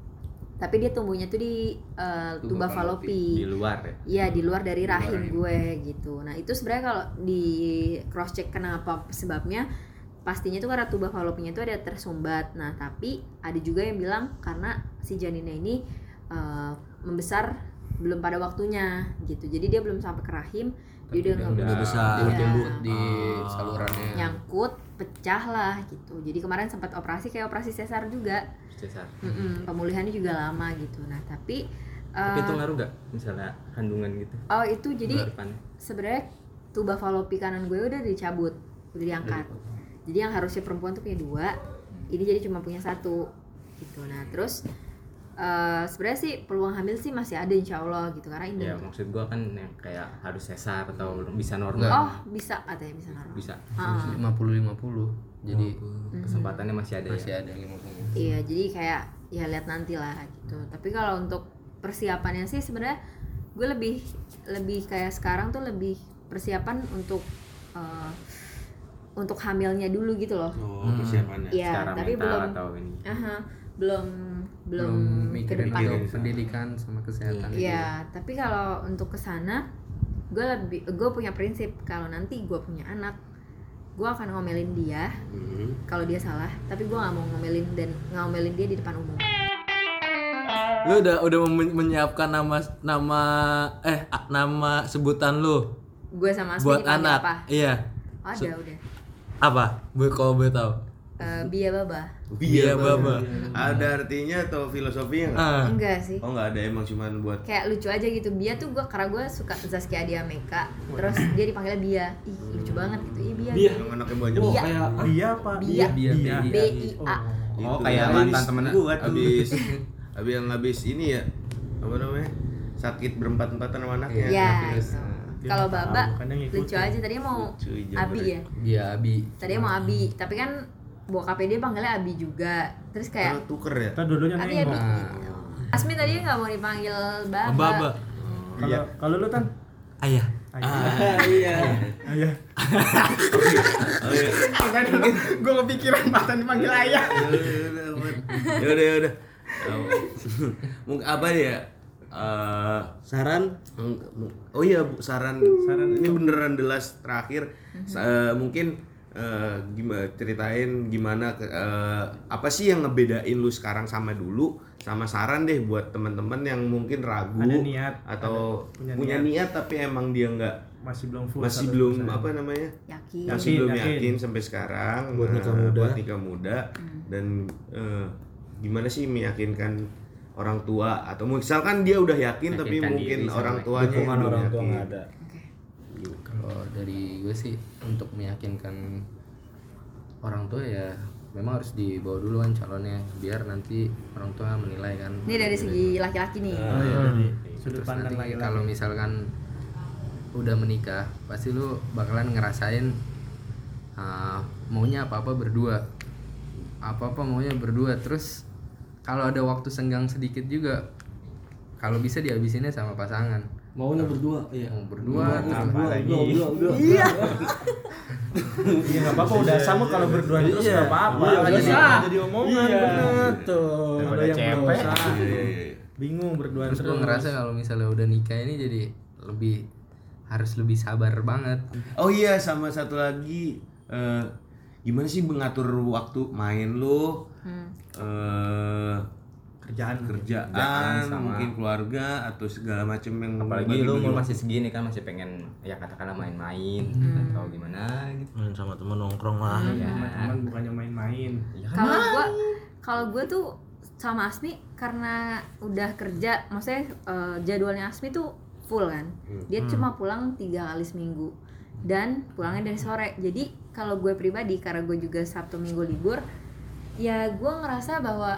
tapi dia tumbuhnya tuh di uh, tuba Di falopi. luar ya. Iya di luar dari rahim gue gitu. Nah itu sebenarnya kalau di cross check kenapa sebabnya, pastinya tuh karena tuba falopinya itu ada tersumbat. Nah tapi ada juga yang bilang karena si janinnya ini uh, membesar belum pada waktunya gitu. Jadi dia belum sampai ke rahim, dia udah nggak udah besar, Iya. tumbuh di salurannya. Nyangkut, pecah lah gitu. Jadi kemarin sempat operasi kayak operasi sesar juga. Cesar. Mm-mm, pemulihannya juga lama gitu. Nah tapi Tapi uh, itu ngaruh gak misalnya kandungan gitu? oh itu jadi Depan. sebenarnya tuba falopi kanan gue udah dicabut, udah diangkat. Jadi yang harusnya perempuan tuh punya dua, ini jadi cuma punya satu gitu. Nah terus uh, sebenarnya sih peluang hamil sih masih ada insya Allah gitu karena ini. Ya maksud gua kan yang kayak harus sesar atau bisa normal. Oh bisa katanya bisa normal. Bisa. Ah. lima puluh lima puluh. Jadi Kesempatannya masih ada masih ya. ada lima puluh. Iya jadi kayak ya lihat nanti lah gitu. Tapi kalau untuk persiapannya sih sebenarnya gue lebih lebih kayak sekarang tuh lebih persiapan untuk uh, untuk hamilnya dulu gitu loh. Oh, persiapannya. Iya Secara tapi mental belum atau ini. aha, belum belum Belum ke mikirin depan. untuk pendidikan sama kesehatan. Iya, tapi kalau untuk kesana, gue lebih, gue punya prinsip kalau nanti gue punya anak, gue akan ngomelin dia kalau dia salah, tapi gue nggak mau ngomelin dan ngomelin dia di depan umum. Lu udah udah men- menyiapkan nama nama eh a- nama sebutan lu Gue sama Asmi buat dipanggil anak. apa? Iya. Oh, ada udah. Apa? Bu kalau boleh tahu. Eh, Bia Baba. Iya, Baba. Ada artinya atau filosofinya nggak? Ah. Enggak sih. Oh nggak ada, emang cuman buat. Kayak lucu aja gitu. Bia tuh gue karena gue suka Zaskia Adia Meka, terus dia dipanggilnya Bia. Ih lucu banget gitu. Ih Bia. Bia. Yang anaknya banyak. Bia. Iya apa? Bia. Bia, Bia. B I A. Oh, Itu. kayak Habis- mantan temen gua tuh. Habis habis yang habis ini ya. Apa namanya? Sakit berempat-empatan sama anaknya. Ya. Habis. Itu. Dia Kalau nggak tahu, Baba bukannya ngikutin. lucu aja, tadinya mau Lucu, jamret. Abi ya. Dia Abi. Tadinya mau Abi, tapi kan bokapnya dia panggilnya Abi juga. Terus kayak Kalau tuker ya. Kita dua-duanya Abi nengok. Abi. Asmi tadinya nggak mau dipanggil Baba. Baba. Kalau kalau lu kan Ayah. ayah. Iya. Ayah. Oh iya. Gua kepikiran mantan dipanggil ayah. Ya udah ya udah. Mungkin apa ya? Eh, Saran? oh iya Bu, saran saran ini beneran the last terakhir. Sa- eh, mungkin eh, gimana ceritain gimana ke- eh, apa sih yang ngebedain lu sekarang sama dulu, sama saran deh buat teman-teman yang mungkin ragu Ada niat, atau ada- punya punya, niat. niat. tapi emang dia nggak Masih belum full. masih seratus belum persen. apa namanya Yakin. masih Yakin, belum yakin. yakin sampai sekarang Buat nikah eh, muda. buat nikah muda dan eh, gimana sih meyakinkan orang tua atau misalkan dia udah yakin tapi Meyakinkan mungkin diri sama orang tuanya yang Dukungan belum orang tua yakin. nggak ada. Kalau dari gue sih untuk meyakinkan orang tua ya memang harus dibawa dulu kan calonnya biar nanti orang tua menilai kan. Ini dari segi laki-laki nih. Oh iya, dari Terus sudut pandang nanti laki-laki. kalau misalkan udah menikah pasti lu bakalan ngerasain uh, maunya apa-apa berdua. Apa-apa maunya berdua. Terus kalau ada waktu senggang sedikit juga kalau bisa dihabisinnya sama pasangan. Maunya berdua, iya. Mau berdua terus Apa lagi? Berdua, berdua, berdua. Iya. Iya nggak apa-apa udah sama kalau berdua terus Iya. nggak apa-apa. Iya, Jadi bisa. jadi omongan Iya. bener tuh. Daripada Ada yang cepet. berusaha. Iya, iya, iya. Bingung berdua terus terus. gue ngerasa kalau misalnya udah nikah ini jadi lebih harus lebih sabar banget. Oh iya, sama satu lagi eh, gimana sih mengatur waktu main lu Hmm. eh, kerjaan kerjaan, Kerjaan sama- mungkin keluarga atau segala macam yang Apalagi bagi-bagi lu umur waktu. masih segini kan masih pengen ya katakanlah main-main atau gimana gitu. Main sama temen nongkrong lah. Iya, teman-teman bukannya main-main. Ya kan? Kalau gua kalau gua tuh sama Asmi karena udah kerja, maksudnya eh, jadwalnya Asmi tuh full kan. Dia cuma pulang tiga kali seminggu dan pulangnya dari sore. Jadi kalau gue pribadi karena gue juga Sabtu Minggu libur, ya gue ngerasa bahwa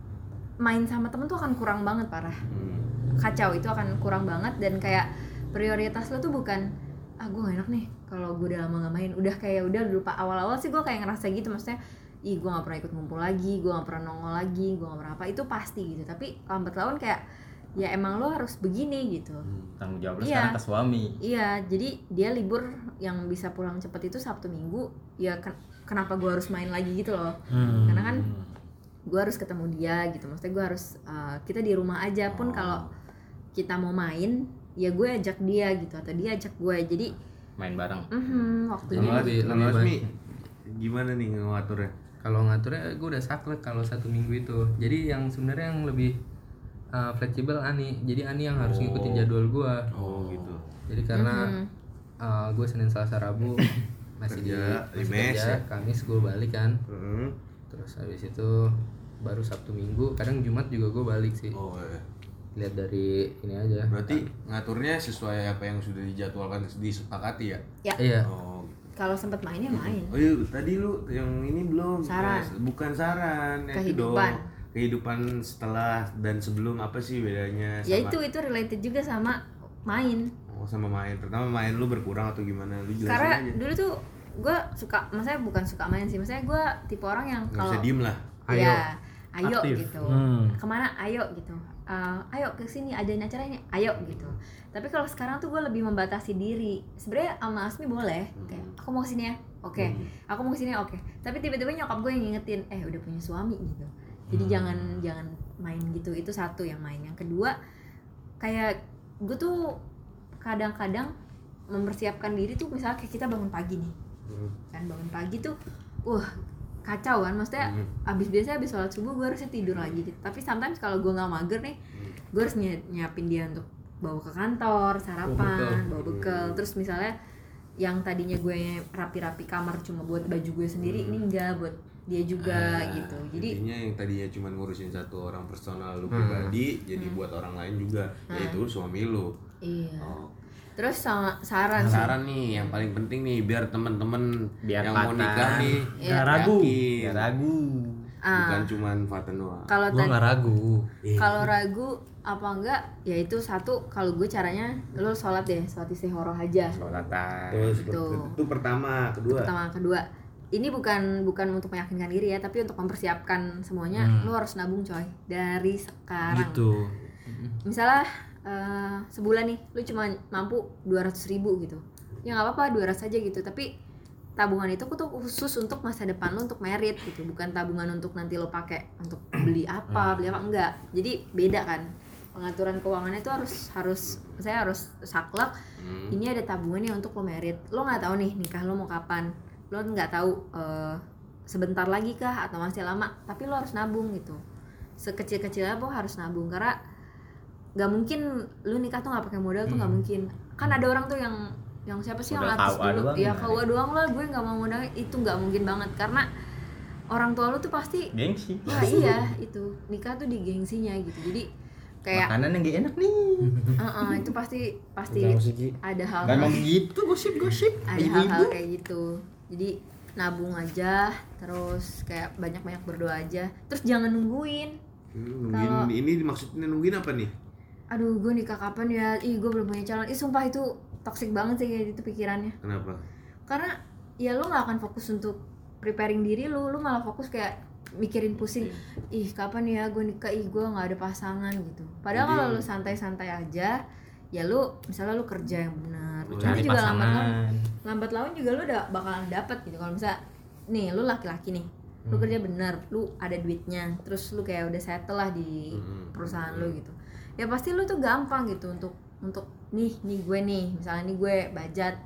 main sama temen tuh akan kurang banget parah. Kacau, itu akan kurang banget. Dan kayak prioritas lo tuh bukan ah gue gak enak nih kalau gue udah lama gak main, udah kayak udah dulu pak awal-awal sih gue kayak ngerasa gitu, maksudnya ih gue gak pernah ikut ngumpul lagi, gue gak pernah nongol lagi, gue gak pernah apa, itu pasti gitu. Tapi lambat laun kayak ya emang lo harus begini gitu. Tanggung jawab lo Iya. sekarang ke suami. Iya, jadi dia libur yang bisa pulang cepet itu Sabtu Minggu, ya ken- kenapa gue harus main lagi gitu loh. Hmm. Karena kan gue harus ketemu dia gitu, maksudnya gue harus uh, kita di rumah aja pun kalau kita mau main ya gue ajak dia gitu atau dia ajak gue, jadi Main bareng. mhm, waktunya Jadi lebih Kalau lebih Asmi, baik. gimana nih ngaturnya? Kalau ngaturnya gue udah saklek kalau satu minggu itu. Jadi yang sebenarnya yang lebih uh, fleksibel Ani. Jadi Ani yang harus ngikutin jadwal gue. Oh gitu. Jadi karena Mhm. uh, gue Senin Selasa Rabu masih di Kerja, di masih mes kerja, ya. Kamis gue balik kan. Heeh. Terus habis itu baru Sabtu Minggu, kadang Jumat juga gue balik sih. Oh iya. Lihat dari ini aja. Berarti ngaturnya sesuai apa yang sudah dijadwalkan, disepakati ya? ya Iya. Oh gitu. kalau sempet main ya main. Oh iya, tadi lu yang ini belum. Saran. Eh, Bukan saran, yang itu Kehidupan. dong. Kehidupan setelah dan sebelum apa sih bedanya sama Ya itu itu related juga sama main. Oh, sama main. Pertama main lu berkurang atau gimana? Lu jelasin Karena aja. dulu tuh gue suka, maksudnya bukan suka main sih, maksudnya gue tipe orang yang Nggak kalau bisa diem lah. ya ayo Aktif. gitu, Hmm. kemana ayo gitu. Uh, ayo ke sini adain acara ini ayo gitu. Tapi kalau sekarang tuh gue lebih membatasi diri. Sebenarnya sama Asmi boleh kayak aku mau kesini ya oke, aku mau kesini ya oke, tapi tiba-tiba nyokap gue yang ngingetin eh udah punya suami gitu, jadi jangan jangan main gitu. Itu satu yang main. Yang kedua kayak gue tuh kadang-kadang mempersiapkan diri tuh, misalnya kayak kita bangun pagi nih kan, bangun pagi tuh wah kacau kan, maksudnya abis biasanya abis sholat subuh gue harusnya tidur lagi gitu. Tapi sometimes kalau gue nggak mager nih, gue harus ny- nyiapin dia untuk bawa ke kantor, sarapan, bawa bekal. Terus misalnya yang tadinya gue rapi-rapi kamar cuma buat baju gue sendiri, ini enggak, buat dia juga gitu. Jadi Intinya yang tadinya cuma ngurusin satu orang personal lu pribadi, jadi buat orang lain juga, yaitu suami lu. iya. Oh. Terus sama saran sih. Saran nih yang paling penting nih biar teman-teman Biar yang mau Fatan nikah nih Nggak ragu. yakin. Ya ragu. Bukan cuman Fatan doang. Kalau Gue tadi nggak ragu. kalau ragu apa enggak, ya itu satu, kalau gue caranya lo sholat deh, sholat istighoroh aja. Sholatan. Terus Gitu. itu pertama, kedua. Pertama, kedua, ini bukan bukan untuk meyakinkan diri ya, tapi untuk mempersiapkan semuanya. Lo harus nabung coy dari sekarang. Gitu. Misalnya eh, sebulan nih lo cuma mampu dua ratus ribu gitu, ya nggak apa-apa dua ratus aja gitu. Tapi tabungan itu tuh khusus untuk masa depan lo, untuk merit gitu, bukan tabungan untuk nanti lo pakai untuk beli apa beli apa, enggak. Jadi beda kan pengaturan keuangannya itu, harus harus saya harus saklek. Ini ada tabungannya untuk lo merit. Lo nggak tahu nih nikah lo mau kapan, lo nggak tahu eh, sebentar lagi kah atau masih lama, tapi lo harus nabung gitu. Sekecil-kecilnya lo harus nabung, karena nggak mungkin lu nikah tuh nggak pakai modal tuh, nggak mungkin. Kan ada orang tuh yang yang siapa sih yang Modal artis K U A dulu doang ya, gimana? K U A doang lah, gue nggak mau modal, itu nggak mungkin banget. Karena orang tua lu tuh pasti Gengsi. wah iya, itu nikah tuh di gengsinya gitu. Jadi kayak Makanan yang gak enak nih. uh-uh, itu pasti pasti Jangan musiki. ada Gak hal-hal mau gitu gosip-gosip. ada hal-hal kayak gitu. Jadi nabung aja, terus kayak banyak-banyak berdoa aja, terus jangan nungguin. Hmm, Kalau- nungguin ini maksudnya nungguin apa nih? Aduh gue nikah kapan ya, ih gue belum punya calon. Ih sumpah itu toxic banget sih kayak gitu pikirannya. Kenapa? Karena ya lu gak akan fokus untuk preparing diri lu, lu malah fokus kayak mikirin pusing, ih kapan ya gue nikah, ih gue gak ada pasangan gitu. Padahal kalau lu santai-santai aja, ya lu misalnya lu kerja yang benar, Oh, nanti Cari juga lambat laun, pasangan. lambat laun juga lu udah bakalan dapet gitu. Kalau misalnya nih lu laki-laki nih, lu kerja benar, lu ada duitnya, terus lu kayak udah settle lah di perusahaan lu gitu, ya pasti lu tuh gampang gitu untuk untuk nih nih gue nih misalnya nih gue budget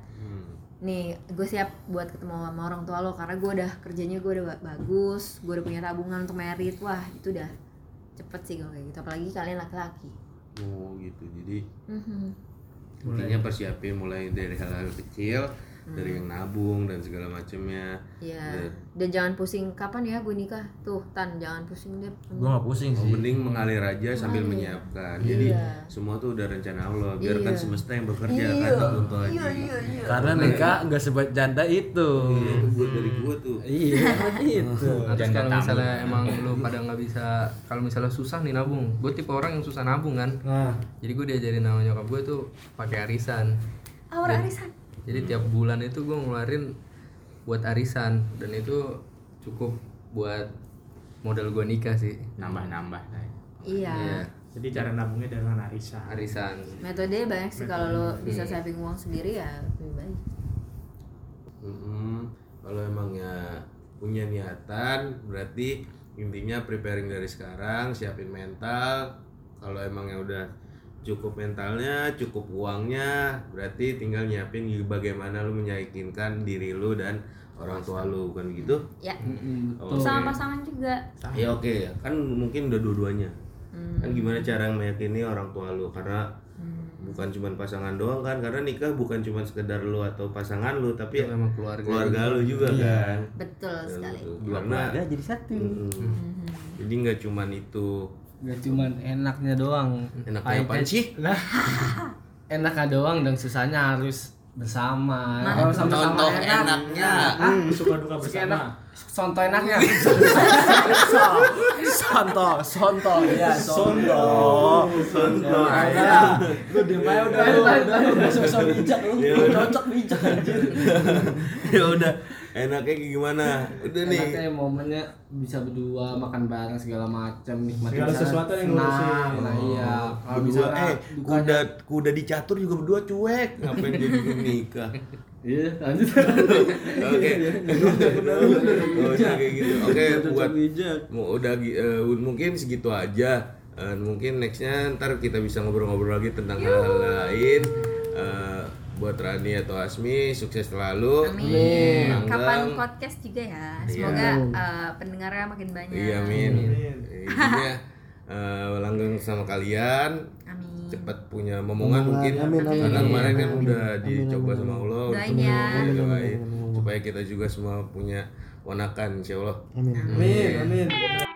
nih, gue siap buat ketemu sama orang tua lo karena gue udah kerjanya gue udah ba- bagus, gue udah punya tabungan untuk merit. Wah itu udah cepet sih kalau kayak gitu, apalagi kalian laki-laki. Oh gitu. Jadi Mhm. intinya persiapin mulai dari hal-hal kecil dari yang nabung dan segala macamnya. Iya. Dan jangan pusing kapan ya gue nikah. Tuh, Tan, jangan pusing deh. Gue nggak pusing Oh, sih. mending mengalir aja sambil menyiapkan. Jadi Iya. semua tuh udah rencana Allah. Biarkan Iya. semesta yang bekerja kan untuk Haji. Iya, iya, iya. Karena nikah nggak sebercanda itu. Iya, itu buat dari gua tuh. Iya, itu. Nah, terus kalau misalnya emang lu pada nggak bisa, kalau misalnya susah nih nabung, gue tipe orang yang susah nabung kan. Nah, Jadi gue diajarin sama nyokap gue tuh pakai arisan. Aura arisan. Jadi tiap bulan itu gue ngeluarin buat arisan dan itu cukup buat modal gue nikah sih. Nambah-nambah. Iya. Iya, Jadi cara nabungnya dengan arisan. arisan. Metode banyak sih kalau lo bisa saving uang sendiri ya lebih baik. Mm-mm. Kalau emang ya punya niatan, berarti intinya preparing dari sekarang, siapin mental. Kalau emang ya udah cukup mentalnya, cukup uangnya, berarti tinggal nyiapin bagaimana lu meyakinkan diri lu dan orang tua lu, bukan begitu? Ya. Oke. Sama pasangan juga. Ya oke, kan mungkin udah dua-duanya. Hmm. Kan gimana cara meyakini orang tua lu, karena bukan cuma pasangan doang kan, karena nikah bukan cuma sekedar lu atau pasangan lu, tapi Itu memang keluarga. keluarga lu juga kan. Betul sekali. Dua keluarga jadi satu. Jadi nggak cuman itu. Gak cuman enaknya doang. Enaknya apaan sih? Lah. Enaknya doang dan susahnya harus bersama. Mana Kalau tuh? sama-sama Contoh enak. enaknya. Hmm, suka duka Meski bersama. enak. Contoh enaknya. Sonto, sonto, ya sonto. Contoh. Lu diem aja udah, udah, udah, udah, sosok bijak lu. Ya Lu udah. cocok bijak anjir. Ya udah, enaknya kayak gimana? Udah nih. Enaknya momennya bisa berdua makan bareng segala macam, nikmatin Segala sana, sesuatu yang senang. ngurusin. Nah iya, kalau Berdua, misalnya eh dukanya- kuda kuda dicatur juga berdua cuek. Ngapain jadi nikah? Iya, lanjut. Oke. Oh, udah kayak gitu. Oke, buat bijak. mau udah gi- eh, mungkin segitu aja. Eh, mungkin nextnya ntar kita bisa ngobrol-ngobrol lagi tentang hal-hal lain. Eh, buat Rani atau Asmi sukses selalu. Amin. Langgeng. Kapan podcast juga ya. Semoga uh, pendengarnya makin banyak. Iya, amin. Intinya eh, langgeng sama kalian. Amin. Cepat punya momongan mungkin. Karena kemarin kan udah dicoba sama Allah. Doain ya. Iya, doain supaya kita juga semua punya wanakan insyaallah. Amin, amin.